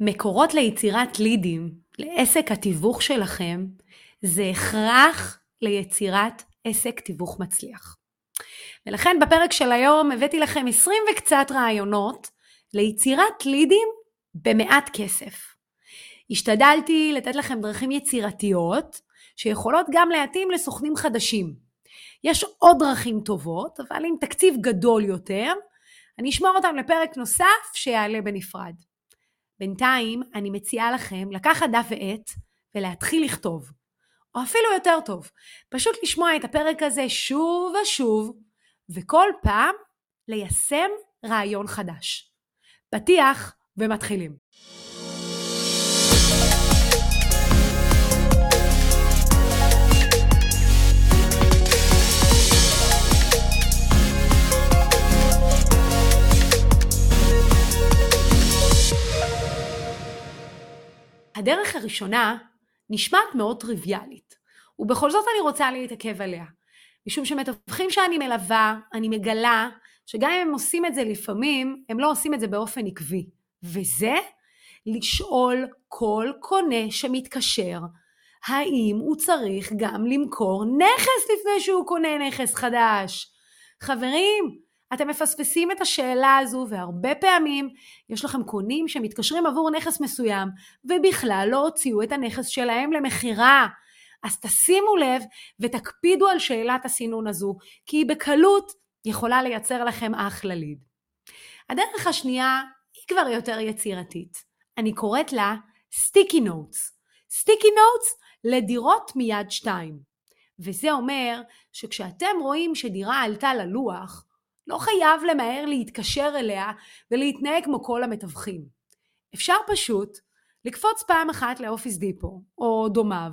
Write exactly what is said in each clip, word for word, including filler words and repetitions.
מקורות ליצירת לידים לעסק התיווך שלכם זה הכרח ליצירת עסק תיווך מצליח. ולכן בפרק של היום הבאתי לכם עשרים וקצת רעיונות ליצירת לידים במעט כסף. השתדלתי לתת לכם דרכים יצירתיות שיכולות גם להתאים לסוכנים חדשים. יש עוד דרכים טובות, אבל עם תקציב גדול יותר, אני אשמור אותם לפרק נוסף שיעלה בנפרד. בינתיים אני מציעה לכם לקחת דף ועט ולהתחיל לכתוב. או אפילו יותר טוב, פשוט לשמוע את הפרק הזה שוב ושוב, וכל פעם ליישם רעיון חדש. פתיח ומתחילים. הדרך הראשונה נשמעת מאוד טריוויאלית, ובכל זאת אני רוצה להתעכב עליה, משום שמתווכים שאני מלווה, אני מגלה שגם אם הם עושים את זה לפעמים, הם לא עושים את זה באופן עקבי, וזה לשאול כל קונה שמתקשר, האם הוא צריך גם למכור נכס לפני שהוא קונה נכס חדש. חברים, אתם מפספסים את השאלה הזו, והרבה פעמים יש לכם קונים שמתקשרים עבור נכס מסוים, ובכלל לא הוציאו את הנכס שלהם למחירה. אז תשימו לב ותקפידו על שאלת הסינון הזו, כי היא בקלות יכולה לייצר לכם אחלה ליד. הדרך השנייה היא כבר יותר יצירתית. אני קוראת לה סטיקי נוטס. סטיקי נוטס לדירות מיד שתיים. וזה אומר שכשאתם רואים שדירה עלתה ללוח, לא חייב למהר להתקשר אליה ולהתנהג כמו כל המתווכים. אפשר פשוט לקפוץ פעם אחת לאופיס דיפו או דומיו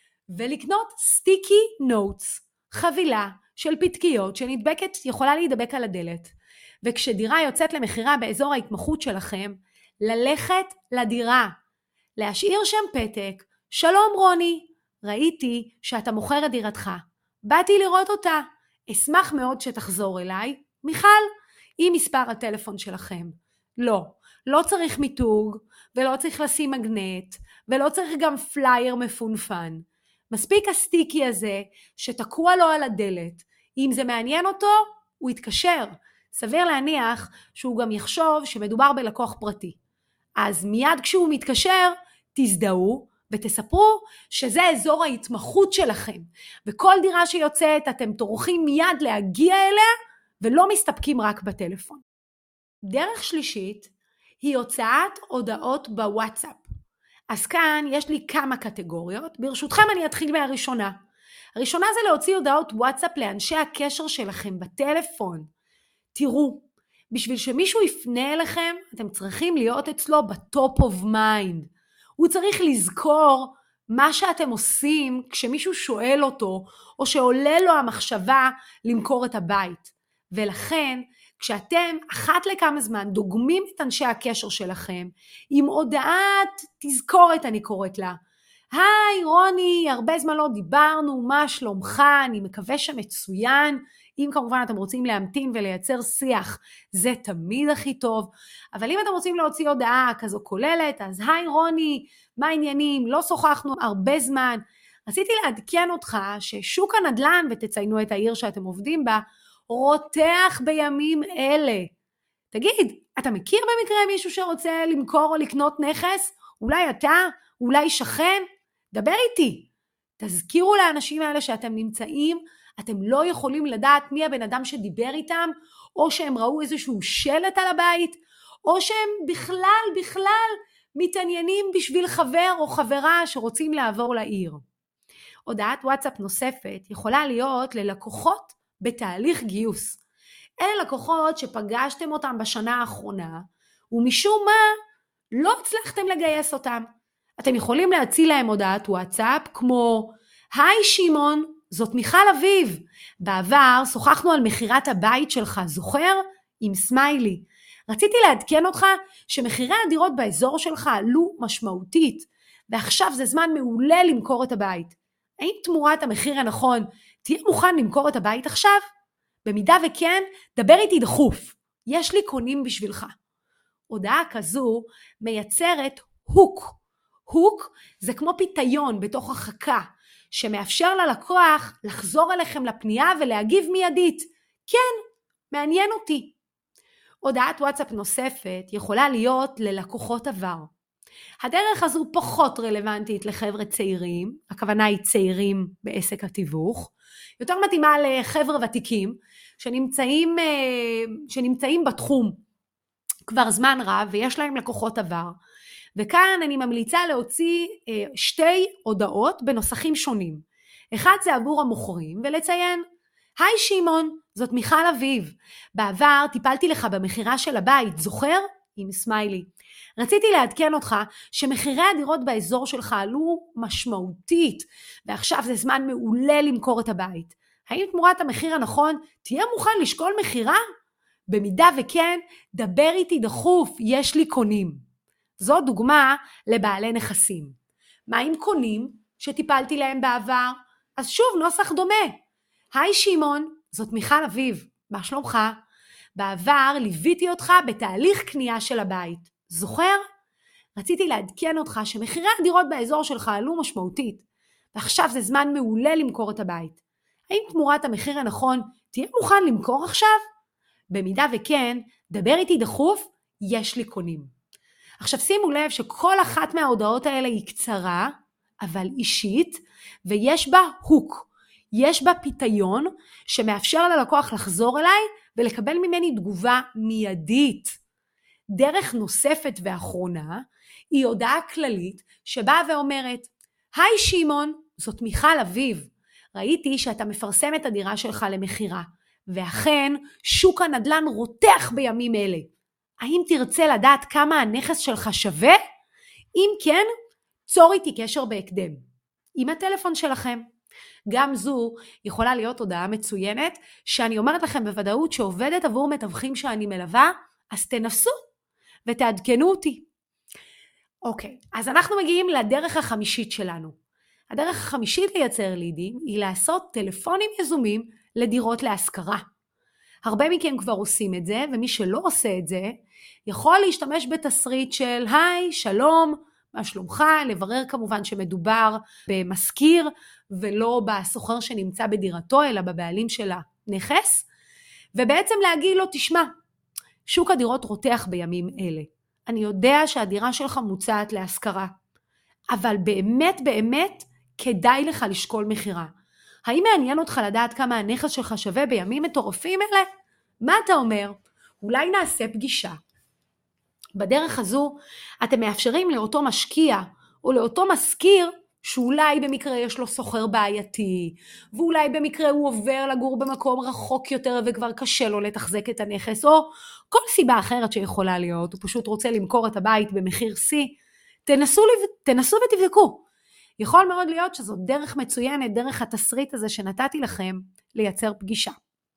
ולקנות סטיקי נוטס, חבילה של פתקיות שנדבקת, יכולה להידבק על הדלת. וכשדירה יוצאת למחירה באזור ההתמחות שלכם, ללכת לדירה, להשאיר שם פתק, שלום רוני, ראיתי שאתה מוכר את דירתך, באתי לראות אותה, אשמח מאוד שתחזור אליי, מיכל, עם מספר הטלפון שלכם. לא, לא צריך מיתוג, ולא צריך לשים מגנט, ולא צריך גם פלייר מפונפן. מספיק הסטיקי הזה שתקוע לו על הדלת. אם זה מעניין אותו, הוא יתקשר. סביר להניח שהוא גם יחשוב שמדובר בלקוח פרטי. אז מיד כשהוא מתקשר, תזדהו ותספרו שזה אזור ההתמחות שלכם. וכל דירה שיוצאת אתם תורכים מיד להגיע אליה, ולא מסתפקים רק בטלפון. דרך שלישית היא הוצאת הודעות בוואטסאפ. אז כאן יש לי כמה קטגוריות, ברשותכם אני אתחיל מהראשונה. הראשונה זה להוציא הודעות וואטסאפ לאנשי הקשר שלכם בטלפון. תראו, בשביל שמישהו יפנה אליכם, אתם צריכים להיות אצלו בטופ אוף מיינד. הוא צריך לזכור מה שאתם עושים כשמישהו שואל אותו, או שעולה לו המחשבה למכור את הבית. ולכן, כשאתם אחת לכמה זמן דוגמים את אנשי הקשר שלכם, עם הודעת תזכורת אני קוראת לה, היי רוני, הרבה זמן לא דיברנו, מה שלומך, אני מקווה שמצוין, אם כמובן אתם רוצים להמתין ולייצר שיח, זה תמיד הכי טוב, אבל אם אתם רוצים להוציא הודעה כזו כוללת, אז היי רוני, מה העניינים, לא שוחחנו הרבה זמן, רציתי לעדכן אותך ששוק הנדל"ן, ותציינו את העיר שאתם עובדים בה, רותח בימים אלה. תגיד, אתה מכיר במקרה מישהו שרוצה למכור או לקנות נכס? אולי אתה? אולי שכן? דבר איתי. תזכירו לאנשים האלה שאתם נמצאים, אתם לא יכולים לדעת מי הבן אדם שדיבר איתם, או שהם ראו איזשהו שלט על הבית, או שהם בכלל, בכלל מתעניינים בשביל חבר או חברה שרוצים לעבור לעיר. הודעת וואטסאפ נוספת יכולה להיות ללקוחות בתהליך גיוס. אלה לקוחות שפגשתם אותם בשנה האחרונה, ומשום מה לא הצלחתם לגייס אותם. אתם יכולים להציע להם הודעת וואטסאפ כמו, היי שמעון, זאת מיכל אביב. בעבר שוחחנו על מחירת הבית שלך, זוכר? עם סמיילי. רציתי לעדכן אותך שמחירי הדירות באזור שלך עלו משמעותית, ועכשיו זה זמן מעולה למכור את הבית. האם תמורת המחיר הנכון תהיה מוכן למכור את הבית עכשיו? במידה וכן, דבר איתי דחוף. יש לי קונים בשבילך. הודעה כזו מייצרת הוק. הוק זה כמו פיתיון בתוך החכה, שמאפשר ללקוח לחזור אליכם לפנייה ולהגיב מיידית. כן, מעניין אותי. הודעת וואטסאפ נוספת יכולה להיות ללקוחות עבר. הדרך הזו פחות רלוונטית לחבר'ה צעירים, הכוונה היא צעירים בעסק התיווך, יותר מתאימה לחבר'ה ותיקים שנמצאים, שנמצאים בתחום כבר זמן רב ויש להם לקוחות עבר. וכאן אני ממליצה להוציא שתי הודעות בנוסחים שונים. אחד זה עבור המוכרים ולציין, היי שמעון, זאת מיכל אביב, בעבר טיפלתי לך במחירה של הבית, זוכר? עם סמיילי. רציתי לעדכן אותך שמחירי הדירות באזור שלך עלו משמעותית, ועכשיו זה זמן מעולה למכור את הבית. האם תמורת המחיר הנכון תהיה מוכן לשקול מחירה? במידה וכן, דבר איתי דחוף, יש לי קונים. זו דוגמה לבעלי נכסים. מה עם קונים שטיפלתי להם בעבר? אז שוב נוסח דומה. היי שמעון, זאת מיכל אביב, מה שלומך? בעבר ליוויתי אותך בתהליך קנייה של הבית. זוכר? רציתי לעדכן אותך שמחירי הדירות באזור שלך עלו משמעותית, ועכשיו זה זמן מעולה למכור את הבית. האם תמורת המחיר הנכון תהיה מוכן למכור עכשיו? במידה וכן, דבר איתי דחוף, יש לי קונים. עכשיו שימו לב שכל אחת מההודעות האלה היא קצרה, אבל אישית, ויש בה הוק. יש בה פיתיון שמאפשר ללקוח לחזור אליי ולקבל ממני תגובה מיידית. דרך נוספת ואחרונה היא הודעה כללית שבאה ואומרת, היי שמעון, זאת מיכל אביב, ראיתי שאתה מפרסם את הדירה שלך למחירה, ואכן שוק הנדל"ן רותח בימים אלה. האם תרצה לדעת כמה הנכס שלך שווה? אם כן, צור איתי קשר בהקדם. עם הטלפון שלכם. גם זו יכולה להיות הודעה מצוינת, שאני אומרת לכם בוודאות שעובדת עבור מתווכים שאני מלווה, אז תנסו ותעדכנו אותי. אוקיי, אז אנחנו מגיעים לדרך החמישית שלנו. הדרך החמישית לייצר לידים היא לעשות טלפונים יזומים לדירות להשכרה. הרבה מכם כבר עושים את זה, ומי שלא עושה את זה, יכול להשתמש בתסריט של היי, שלום, מה שלומך, לברר כמובן שמדובר במשכיר, ולא בסוחר שנמצא בדירתו, אלא בבעלים של הנכס, ובעצם להגיד לו, תשמע, שוק הדירות רותח בימים אלה. אני יודע שהדירה שלך מוצעת להשכרה, אבל באמת באמת כדאי לך לשקול מחירה. האם מעניין אותך לדעת כמה הנכס שלך שווה בימים מטורפים אלה? מה אתה אומר? אולי נעשה פגישה. בדרך הזו אתם מאפשרים לאותו משקיע או לאותו משכיר שאולי במקרה יש לו סוחר בעייתי, ואולי במקרה הוא עובר לגור במקום רחוק יותר וכבר קשה לו לתחזק את הנכס, או כל סיבה אחרת שיכולה להיות, הוא פשוט רוצה למכור את הבית במחיר C, תנסו, תנסו ותבדקו. יכול מאוד להיות שזו דרך מצוינת, דרך התסריט הזה שנתתי לכם, לייצר פגישה.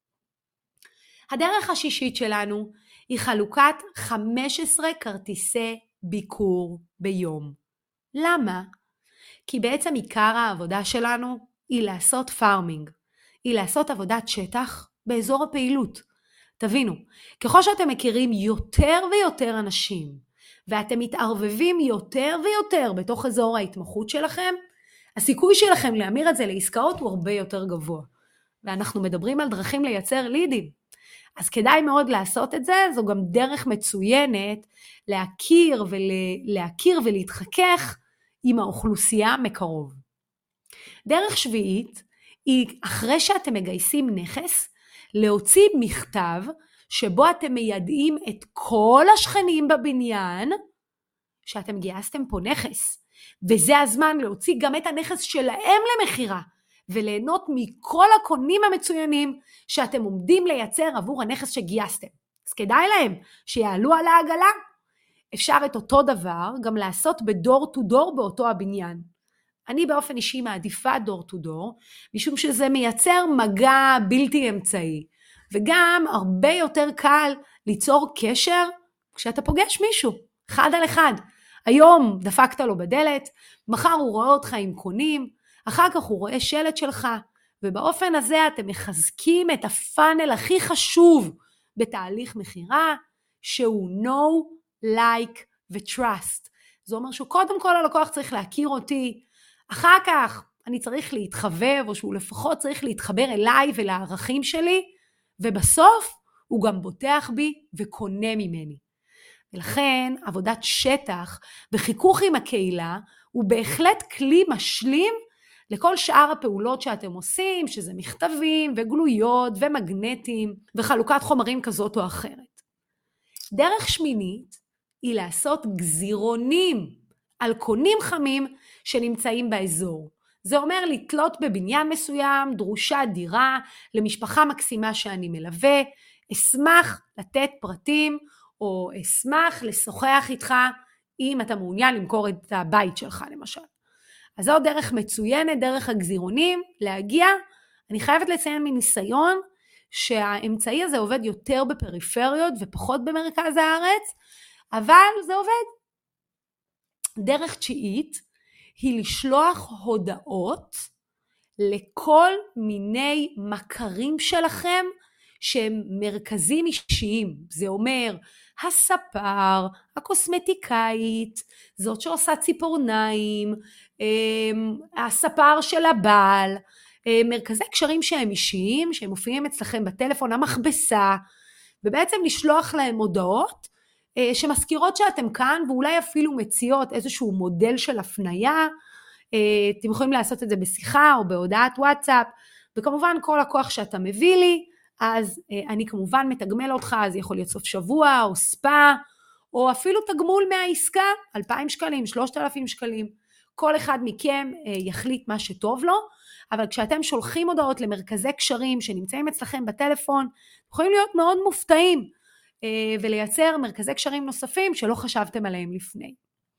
הדרך השישית שלנו היא חלוקת חמישה עשר כרטיסי ביקור ביום. למה? כי בעצם עיקר העבודה שלנו היא לעשות פארמינג, היא לעשות עבודת שטח באזור הפעילות. תבינו, ככל שאתם מכירים יותר ויותר אנשים, ואתם מתערבבים יותר ויותר בתוך אזור ההתמחות שלכם, הסיכוי שלכם להמיר את זה לעסקאות הוא הרבה יותר גבוה. ואנחנו מדברים על דרכים לייצר לידים. אז כדאי מאוד לעשות את זה, זו גם דרך מצוינת להכיר, ולהכיר ולהתחכך עם האוכלוסייה מקרוב. דרך שביעית היא אחרי שאתם מגייסים נכס, להוציא מכתב שבו אתם מיידעים את כל השכנים בבניין שאתם גייסתם פה נכס. וזה הזמן להוציא גם את הנכס שלהם למחירה, וליהנות מכל הקונים המצוינים שאתם עומדים לייצר עבור הנכס שגייסתם. אז כדאי להם שיעלו על העגלה. אפשר את אותו דבר גם לעשות בדור טו דור באותו הבניין. אני באופן אישי מעדיפה דור טו דור, משום שזה מייצר מגע בלתי אמצעי, וגם הרבה יותר קל ליצור קשר כשאתה פוגש מישהו, אחד על אחד. היום דפקת לו בדלת, מחר הוא רואה אותך עם קונים, אחר כך הוא רואה שלט שלך, ובאופן הזה אתם מחזקים את הפאנל הכי חשוב בתהליך מחירה, שהוא know, like ו-trust. זה אומר שקודם כל הלקוח צריך להכיר אותי, אחר כך אני צריך להתחבר, או שהוא לפחות צריך להתחבר אליי ולערכים שלי, ובסוף הוא גם בוטח בי וקונה ממני. ולכן עבודת שטח וחיכוך עם הקהילה הוא בהחלט כלי משלים לכל שאר הפעולות שאתם עושים, שזה מכתבים וגלויות ומגנטים וחלוקת חומרים כזאת או אחרת. דרך שמינית היא לעשות גזירונים על קונים חמים שנמצאים באזור. זה אומר לתלות בבניין מסוים, דרושה דירה למשפחה מקסימה שאני מלווה, אשמח לתת פרטים או אשמח לשוחח איתך אם אתה מעוניין למכור את הבית שלך למשל. אז זו דרך מצוינת, דרך הגזירונים, להגיע. אני חייבת לציין מניסיון שהאמצעי הזה עובד יותר בפריפריות ופחות במרכז הארץ, אבל זה עובד. דרך תשיעית היא לשלוח הודעות לכל מיני מכרים שלכם שהם מרכזים אישיים. זה אומר הספר, הקוסמטיקאית, זאת שעושה ציפורניים, הספר של הבעל, מרכזי קשרים שהם אישיים, שהם מופיעים אצלכם בטלפון, המכבסה, ובעצם לשלוח להם הודעות שמזכירות שאתם כאן, ואולי אפילו מציעות איזשהו מודל של הפנייה. אתם יכולים לעשות את זה בשיחה או בהודעת וואטסאפ, וכמובן כל הכוח שאתה מביא לי, אז אני כמובן מתגמל אותך, אז יכול להיות סוף שבוע או ספה, או אפילו תגמול מהעסקה, אלפיים שקלים, שלושת אלפים שקלים, כל אחד מכם יחליט מה שטוב לו, אבל כשאתם שולחים הודעות למרכזי קשרים שנמצאים אצלכם בטלפון, יכולים להיות מאוד מופתעים, ולייצר מרכזי קשרים נוספים שלא חשבתם עליהם לפני.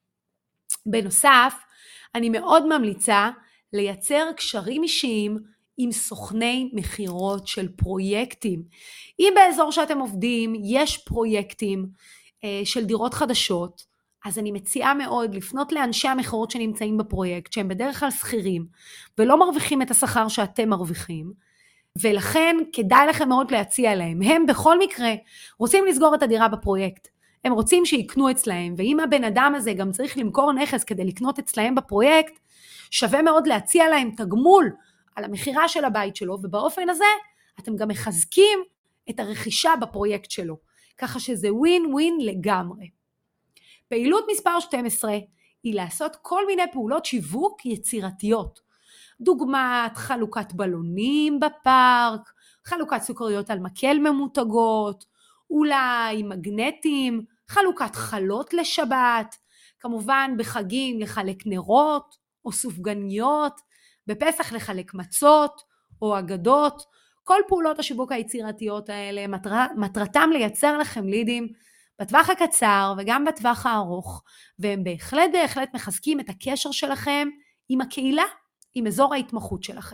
בנוסף, אני מאוד ממליצה לייצר קשרים אישיים עם סוכני מחירות של פרויקטים. אם באזור שאתם עובדים יש פרויקטים של דירות חדשות, אז אני מציעה מאוד לפנות לאנשי המחירות שנמצאים בפרויקט, שהם בדרך כלל שכירים, ולא מרוויחים את השכר שאתם מרוויחים, ולכן כדאי לכם מאוד להציע להם. הם בכל מקרה רוצים לסגור את הדירה בפרויקט, הם רוצים שיקנו אצלהם, ואם הבן אדם הזה גם צריך למכור נכס כדי לקנות אצלהם בפרויקט, שווה מאוד להציע להם תגמול על המחירה של הבית שלו, ובאופן הזה אתם גם מחזקים את הרכישה בפרויקט שלו, ככה שזה ווין ווין לגמרי. פעילות מספר שתים עשרה היא לעשות כל מיני פעולות שיווק יצירתיות, דוגמת חלוקת בלונים בפארק, חלוקת סוכריות על מקל ממותגות, אולי מגנטים, חלוקת חלות לשבת, כמובן בחגים לחלק נרות או סופגניות, בפסח לחלק מצות או אגדות. כל פעולות השיווק היצירתיות האלה מטר, מטרתם לייצר לכם לידים בטווח הקצר וגם בטווח הארוך, והם בהחלט בהחלט מחזקים את הקשר שלכם עם הקהילה, עם אזור ההתמחות שלכם.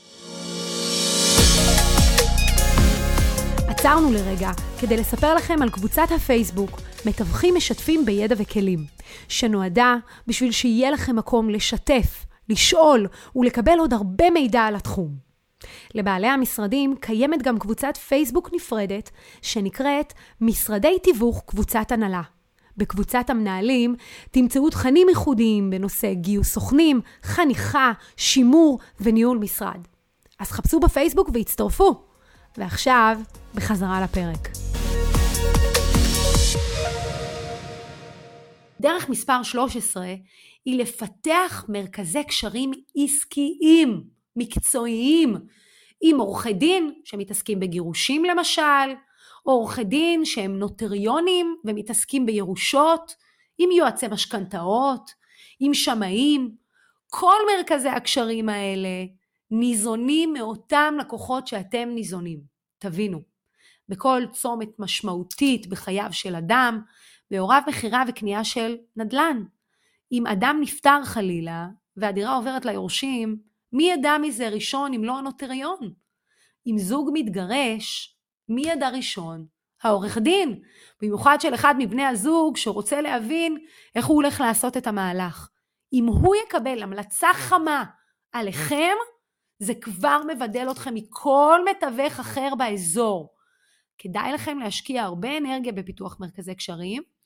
עצרנו לרגע כדי לספר לכם על קבוצת הפייסבוק מתווכים משתפים בידע וכלים, שנועדה בשביל שיהיה לכם מקום לשתף, לשאול ולקבל עוד הרבה מידע על התחום. לבעלי המשרדים קיימת גם קבוצת פייסבוק נפרדת שנקראת משרדי תיווך קבוצת הנהלה. בקבוצת המנהלים תמצאו תכנים ייחודיים בנושא גיוס סוכנים, חניכה, שימור וניהול משרד. אז חפשו בפייסבוק והצטרפו. ועכשיו בחזרה לפרק. דרך מספר שלוש עשרה היא לפתח מרכזי קשרים עסקיים, מקצועיים, עם עורכי דין שמתעסקים בגירושים למשל, או עורכי דין שהם נוטריונים ומתעסקים בירושות, עם יועצי משכנתאות, עם שמאים. כל מרכזי הקשרים האלה ניזונים מאותם לקוחות שאתם ניזונים. תבינו, בכל צומת משמעותית בחייו של אדם, מעורב מחירה וקנייה של נדל"ן. אם אדם נפטר חלילה והדירה עוברת ליורשים, מי ידע מזה ראשון אם לא הנוטריון? אם זוג מתגרש, מי ידע ראשון? העורך דין, במיוחד של אחד מבני הזוג שרוצה להבין איך הוא הולך לעשות את המהלך. אם הוא יקבל המלצה חמה עליכם, זה כבר מבדל אתכם מכל מתווך אחר באזור. כדאי לכם להשקיע הרבה אנרגיה בפיתוח מרכזי קשרים,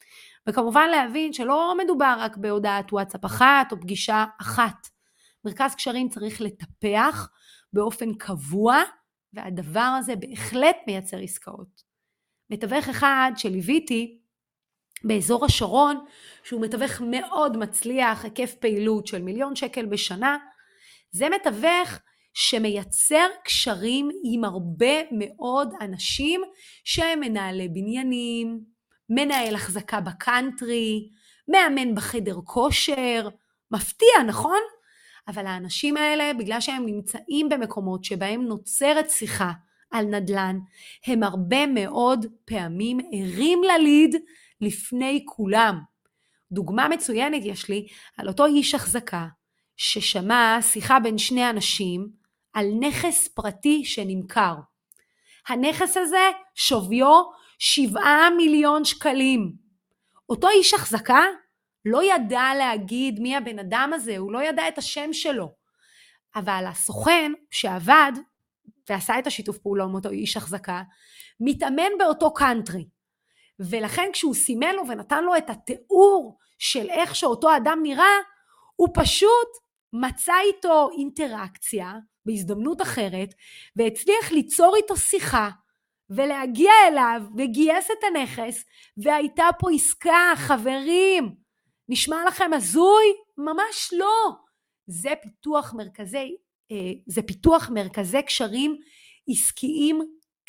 וכמובן להבין שלא מדובר רק בהודעת וואטסאפ אחת או פגישה אחת. מרכז קשרים צריך לטפח באופן קבוע, והדבר הזה בהחלט מייצר עסקאות. מתווך אחד שליוויתי באזור השרון, שהוא מתווך מאוד מצליח, היקף פעילות של מיליון שקל בשנה, זה מתווך שמייצר קשרים עם הרבה מאוד אנשים שהם מנהלי בניינים, מנהל החזקה בקאנטרי, מאמן בחדר כושר, מפתיע, נכון? אבל האנשים האלה, בגלל שהם נמצאים במקומות שבהם נוצרת שיחה על נדל"ן, הם הרבה מאוד פעמים ערים לליד לפני כולם. דוגמה מצוינת יש לי על אותו איש החזקה, ששמע שיחה בין שני אנשים על נכס פרטי שנמכר. הנכס הזה שוויו שבעה מיליון שקלים. אותו איש החזקה לא ידע להגיד מי הבן אדם הזה, הוא לא ידע את השם שלו. אבל הסוכן שעבד ועשה את השיתוף פעולה עם אותו איש החזקה, מתאמן באותו קאנטרי. ולכן כשהוא סימן לו ונתן לו את התיאור של איך שאותו אדם נראה, הוא פשוט מצא איתו אינטראקציה בהזדמנות אחרת, והצליח ליצור איתו שיחה, ולהגיע אליו, וגייס את הנכס, והייתה פה עסקה, חברים. נשמע לכם הזוי? ממש לא. זה פיתוח מרכזי, זה פיתוח מרכזי קשרים עסקיים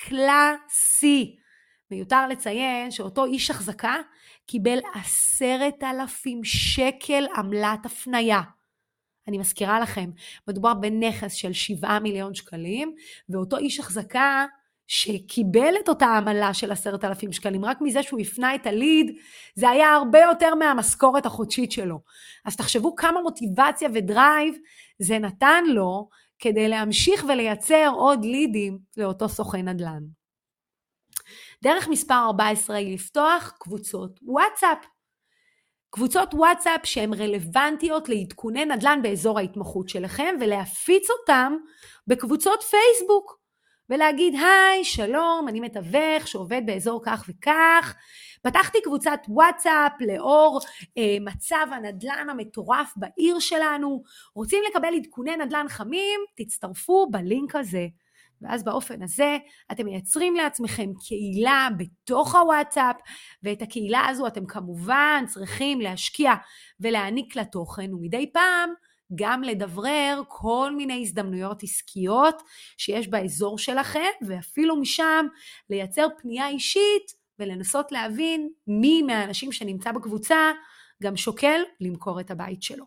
קלאסי. מיותר לציין שאותו איש החזקה קיבל עשרת אלפים שקל עמלת הפניה. אני מזכירה לכם, מדובר בנכס של שבעה מיליון שקלים, ואותו איש החזקה שקיבל את אותה עמלה של עשרת אלפים שקלים, רק מזה שהוא הפנה את הליד, זה היה הרבה יותר מהמשכורת החודשית שלו. אז תחשבו כמה מוטיבציה ודרייב זה נתן לו, כדי להמשיך ולייצר עוד לידים לאותו סוכן נדל"ן. דרך מספר ארבע עשרה היא לפתוח קבוצות וואטסאפ. קבוצות וואטסאפ שהן רלוונטיות לעדכוני נדל"ן באזור ההתמחות שלכם, ולהפיץ אותם בקבוצות פייסבוק. ולהגיד, היי, שלום, אני מתווך שעובד באזור כך וכך, פתחתי קבוצת וואטסאפ לאור אה, מצב הנדל"ן המטורף בעיר שלנו, רוצים לקבל עדכוני נדל"ן חמים, תצטרפו בלינק הזה. ואז באופן הזה אתם מייצרים לעצמכם קהילה בתוך הוואטסאפ, ואת הקהילה הזו אתם כמובן צריכים להשקיע ולהעניק לה תוכן, ומדי פעם גם לדברר כל מיני הזדמנויות עסקיות שיש באזור שלכם, ואפילו משם לייצר פנייה אישית ולנסות להבין מי מהאנשים שנמצא בקבוצה גם שוקל למכור את הבית שלו.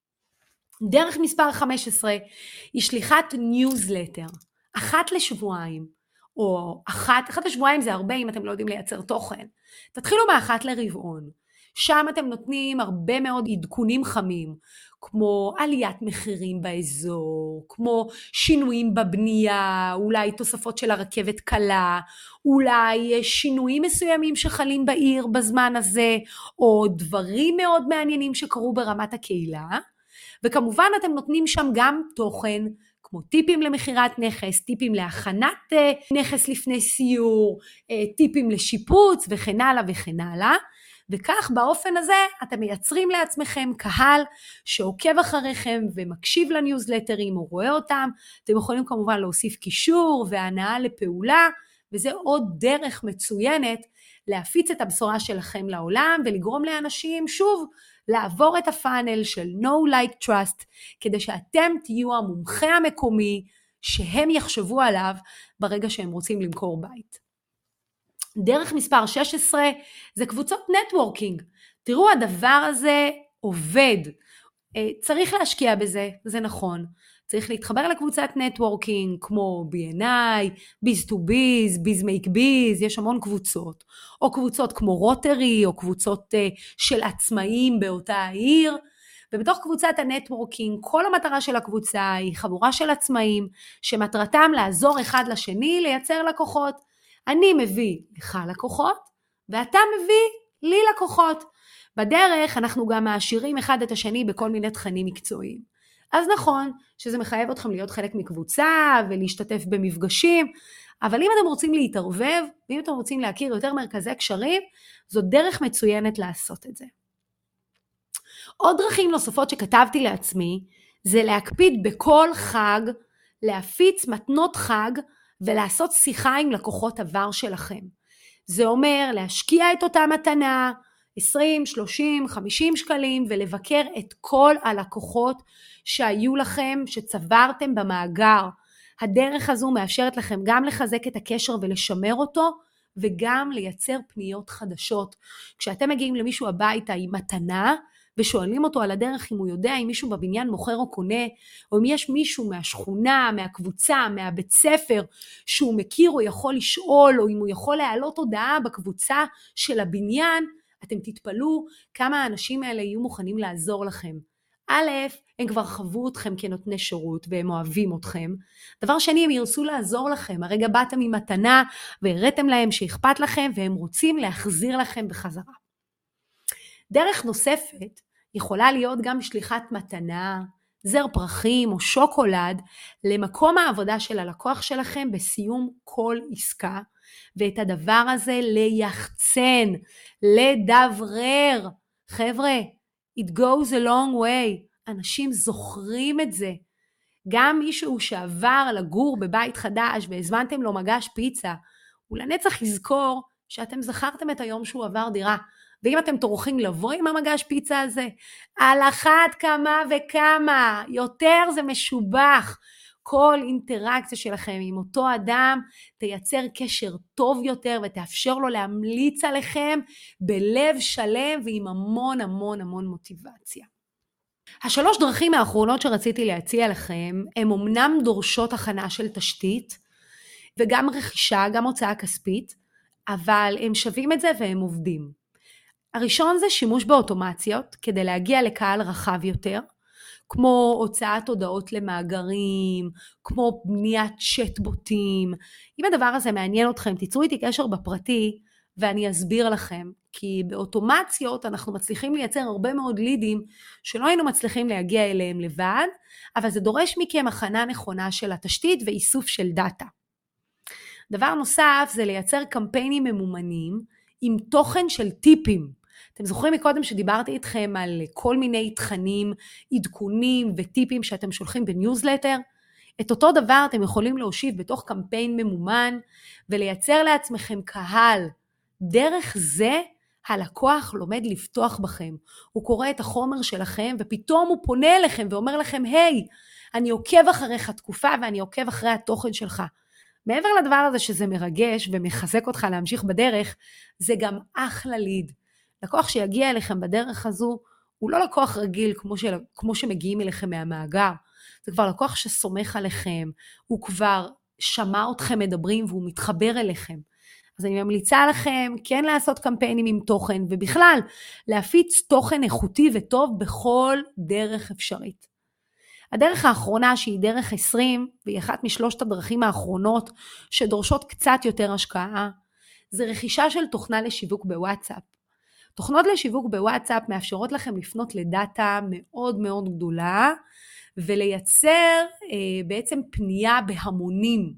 דרך מספר חמש עשרה היא שליחת ניוזלטר, אחת לשבועיים, או אחת, אחת לשבועיים זה הרבה אם אתם לא יודעים לייצר תוכן. תתחילו מאחת לרבעון, שם אתם נותנים הרבה מאוד עדכונים חמים, כמו עליית מחירים באזור, כמו שינויים בבנייה, אולי תוספות של הרכבת קלה, אולי שינויים מסוימים שחלים בעיר בזמן הזה, או דברים מאוד מעניינים שקרו ברמת הקהילה, וכמובן אתם נותנים שם גם תוכן, כמו טיפים למחירת נכס, טיפים להכנת נכס לפני סיור, טיפים לשיפוץ וכן הלאה וכן הלאה, וכך באופן הזה אתם מייצרים לעצמכם קהל שעוקב אחריכם ומקשיב לניוזלטרים או רואה אותם. אתם יכולים כמובן להוסיף קישור והנאה לפעולה, וזה עוד דרך מצוינת להפיץ את הבשורה שלכם לעולם ולגרום לאנשים שוב לעבור את הפאנל של know like trust, כדי שאתם תהיו המומחה המקומי שהם יחשבו עליו ברגע שהם רוצים למכור בית. דרך מספר שש עשרה זה קבוצות נטוורקינג. תראו, הדבר הזה עובד. צריך להשקיע בזה, זה נכון. צריך להתחבר לקבוצת נטוורקינג כמו בי אן איי, ביז טו ביז, ביז מייק ביז, יש המון קבוצות. או קבוצות כמו רוטרי, או קבוצות של עצמאים באותה העיר. ובתוך קבוצת הנטוורקינג, כל המטרה של הקבוצה היא חבורה של עצמאים, שמטרתם לעזור אחד לשני לייצר לקוחות. אני מביא לך לקוחות, ואתה מביא לי לקוחות. בדרך אנחנו גם מעשירים אחד את השני בכל מיני תכנים מקצועיים. אז נכון שזה מחייב אתכם להיות חלק מקבוצה ולהשתתף במפגשים, אבל אם אתם רוצים להתערבב, ואם אתם רוצים להכיר יותר מרכזי קשרים, זו דרך מצוינת לעשות את זה. עוד דרכים נוספות שכתבתי לעצמי, זה להקפיד בכל חג, להפיץ מתנות חג, ולעשות שיחה עם לקוחות עבר שלכם. זה אומר להשקיע את אותה מתנה, עשרים, שלושים, חמישים שקלים, ולבקר את כל הלקוחות שהיו לכם, שצברתם במאגר. הדרך הזו מאפשרת לכם גם לחזק את הקשר ולשמר אותו, וגם לייצר פניות חדשות. כשאתם מגיעים למישהו הביתה עם מתנה, ושואלים אותו על הדרך אם הוא יודע אם מישהו בבניין מוכר או קונה, או אם יש מישהו מהשכונה, מהקבוצה, מהבית ספר, שהוא מכיר או יכול לשאול, או אם הוא יכול להעלות הודעה בקבוצה של הבניין, אתם תתפלאו כמה האנשים האלה יהיו מוכנים לעזור לכם. א', הם כבר חוו אתכם כנותני שירות, והם אוהבים אתכם. דבר שני, הם ירצו לעזור לכם. הרגע באתם עם מתנה, והראיתם להם שאכפת לכם, והם רוצים להחזיר לכם בחזרה. דרך נוספת, יכולה להיות גם שליחת מתנה, זר פרחים או שוקולד, למקום העבודה של הלקוח שלכם בסיום כל עסקה, ואת הדבר הזה ליחצן, לדברר. חבר'ה, it goes a long way, אנשים זוכרים את זה. גם מישהו שעבר לגור בבית חדש והזמנתם לו מגש פיצה, הוא לנצח יזכור שאתם זכרתם את היום שהוא עבר דירה. ואם אתם טורחים לבוא עם המגש פיצה הזה, על אחת כמה וכמה, יותר זה משובח. כל אינטראקציה שלכם עם אותו אדם תייצר קשר טוב יותר ותאפשר לו להמליץ עליכם בלב שלם ועם המון המון המון מוטיבציה. השלוש דרכים האחרונות שרציתי להציע לכם, הם אמנם דורשות הכנה של תשתית, וגם רכישה, גם הוצאה כספית, אבל הם שווים את זה והם עובדים. הראשון זה שימוש באוטומציות, כדי להגיע לקהל רחב יותר, כמו הוצאת הודעות למאגרים, כמו בניית צ'טבוטים. אם הדבר הזה מעניין אתכם, תיצרו איתי קשר בפרטי, ואני אסביר לכם, כי באוטומציות אנחנו מצליחים לייצר הרבה מאוד לידים, שלא היינו מצליחים להגיע אליהם לבד, אבל זה דורש מכם הכנה נכונה של התשתית ואיסוף של דאטה. דבר נוסף זה לייצר קמפיינים ממומנים, עם תוכן של טיפים. אתם זוכרים מקודם שדיברתי איתכם על כל מיני תכנים, עדכונים וטיפים שאתם שולחים בניוזלטר? את אותו דבר אתם יכולים להושיב בתוך קמפיין ממומן, ולייצר לעצמכם קהל. דרך זה הלקוח לומד לפתוח בכם. הוא קורא את החומר שלכם, ופתאום הוא פונה אליכם ואומר לכם, היי, אני עוקב אחריך תקופה, ואני עוקב אחרי התוכן שלך. מעבר לדבר הזה שזה מרגש ומחזק אותך להמשיך בדרך, זה גם אחלה ליד. לקוח שיגיע אליכם בדרך הזו, הוא לא לקוח רגיל כמו, של, כמו שמגיעים אליכם מהמאגר. זה כבר לקוח שסומך עליכם, הוא כבר שמע אתכם מדברים והוא מתחבר אליכם. אז אני ממליצה לכם כן לעשות קמפיינים עם תוכן, ובכלל להפיץ תוכן איכותי וטוב בכל דרך אפשרית. הדרך האחרונה שהיא דרך עשרים, והיא אחת משלושת הדרכים האחרונות שדורשות קצת יותר השקעה, זה רכישה של תוכנה לשיווק בוואטסאפ. תוכנות לשיווק בוואטסאפ מאפשרות לכם לפנות לדאטה מאוד מאוד גדולה, ולייצר אה, בעצם פנייה בהמונים.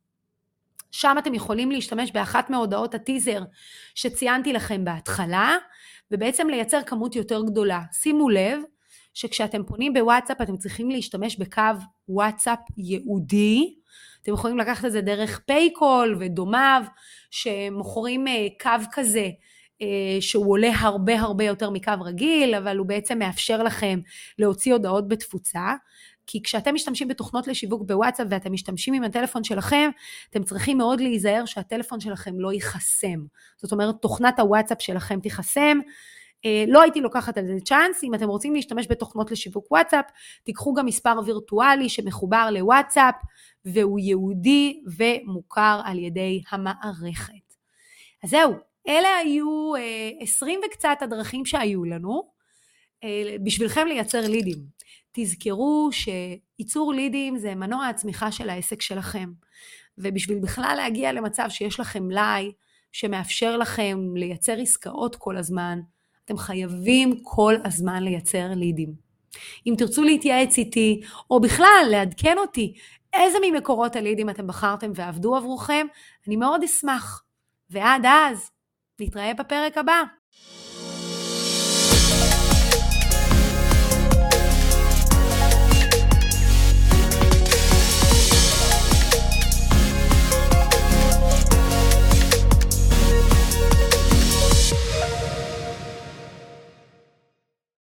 שם אתם יכולים להשתמש באחת מהודעות הטיזר שציינתי לכם בהתחלה, ובעצם לייצר כמות יותר גדולה. שימו לב שכשאתם פונים בוואטסאפ אתם צריכים להשתמש בקו וואטסאפ ייעודי, אתם יכולים לקחת את זה דרך פייקול ודומיו, שמוכרים אה, קו כזה, שהוא עולה הרבה הרבה יותר מקו רגיל, אבל הוא בעצם מאפשר לכם להוציא הודעות בתפוצה, כי כשאתם משתמשים בתוכנות לשיווק בוואטסאפ, ואתם משתמשים עם הטלפון שלכם, אתם צריכים מאוד להיזהר שהטלפון שלכם לא ייחסם. זאת אומרת, תוכנת הוואטסאפ שלכם תיחסם, לא הייתי לוקחת על זה צ'אנס. אם אתם רוצים להשתמש בתוכנות לשיווק וואטסאפ, תיקחו גם מספר וירטואלי שמחובר לוואטסאפ, והוא יהודי ומוכר על ידי המערכת. אז זהו. אלה היו עשרים וקצת הדרכים שהיו לנו, בשבילכם לייצר לידים. תזכרו שייצור לידים זה מנוע הצמיחה של העסק שלכם, ובשביל בכלל להגיע למצב שיש לכם מלאי, שמאפשר לכם לייצר עסקאות כל הזמן, אתם חייבים כל הזמן לייצר לידים. אם תרצו להתייעץ איתי, או בכלל לעדכן אותי איזה ממקורות הלידים אתם בחרתם ועבדו עבורכם, אני מאוד אשמח. ועד אז, נתראה בפרק הבא.